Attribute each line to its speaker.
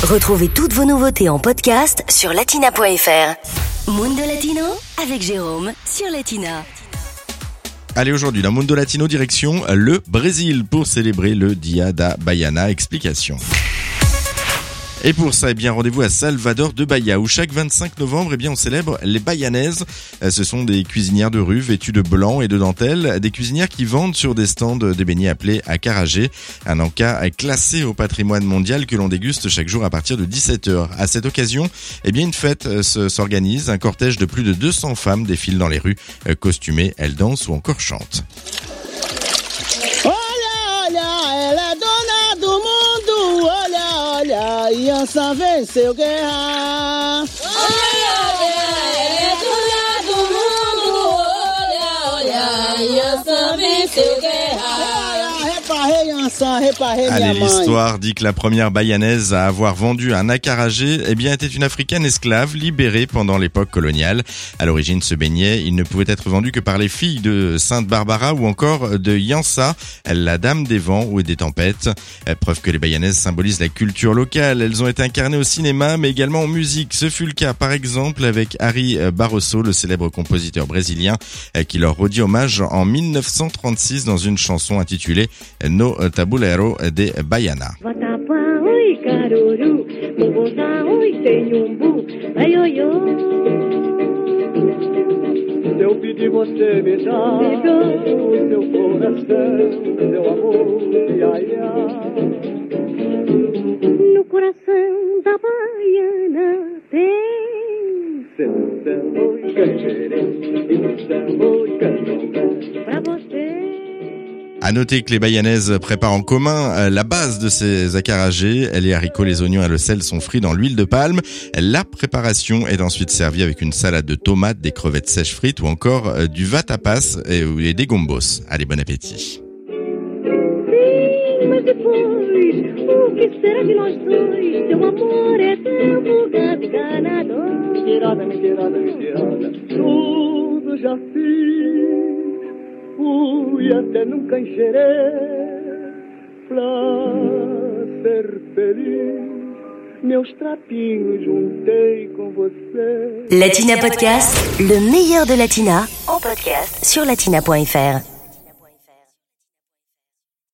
Speaker 1: Retrouvez toutes vos nouveautés en podcast sur latina.fr. Mundo Latino avec Jérôme sur Latina.
Speaker 2: Allez, aujourd'hui, dans Mundo Latino, direction le Brésil pour célébrer le Dia da Baiana. Explication. Et pour ça, rendez-vous à Salvador de Bahia, où chaque 25 novembre, on célèbre les Baianaises. Ce sont des cuisinières de rue vêtues de blanc et de dentelle, des cuisinières qui vendent sur des stands des beignets appelés acarajé, un encas classé au patrimoine mondial que l'on déguste chaque jour à partir de 17h. À cette occasion, une fête s'organise. Un cortège de plus de 200 femmes défile dans les rues, costumées, elles dansent ou encore chantent.
Speaker 3: Aliança venceu guerra.
Speaker 4: Olha, ele é dona do mundo. Olha, Aliança venceu guerra.
Speaker 2: Allez, l'histoire dit que la première Baianaise à avoir vendu un acarajé, était une africaine esclave libérée pendant l'époque coloniale. À l'origine, ce beignet, il ne pouvait être vendu que par les filles de Sainte Barbara ou encore de Yansa, la dame des vents ou des tempêtes. Preuve que les Baianaises symbolisent la culture locale. Elles ont été incarnées au cinéma, mais également en musique. Ce fut le cas, par exemple, avec Harry Barroso, le célèbre compositeur brésilien, qui leur redit hommage en 1936 dans une chanson intitulée No Tabuleiro de Baiana.
Speaker 3: Se eu pedir você me dá o seu coração, seu amor, ia, ia.
Speaker 5: No coração da Baiana tem
Speaker 3: Samba e canjerê, samba e candomblé.
Speaker 5: pra você.
Speaker 2: À noter que les Baianaises préparent en commun la base de ces acarajés. Les haricots, les oignons et le sel sont frits dans l'huile de palme. La préparation est ensuite servie avec une salade de tomates, des crevettes sèches frites ou encore du vatapás et des gombos. Allez, bon appétit.
Speaker 5: Sim, mas depois, o que será de nós dois? Seu amor é tão fugaz e enganador.
Speaker 3: Mentirada, mentirada, mentirada, tudo já fiz. Fui até num canjerê pra ser feliz. Meus trapinhos juntei com você.
Speaker 1: Latina Podcast, le meilleur de Latina en podcast sur latina.fr.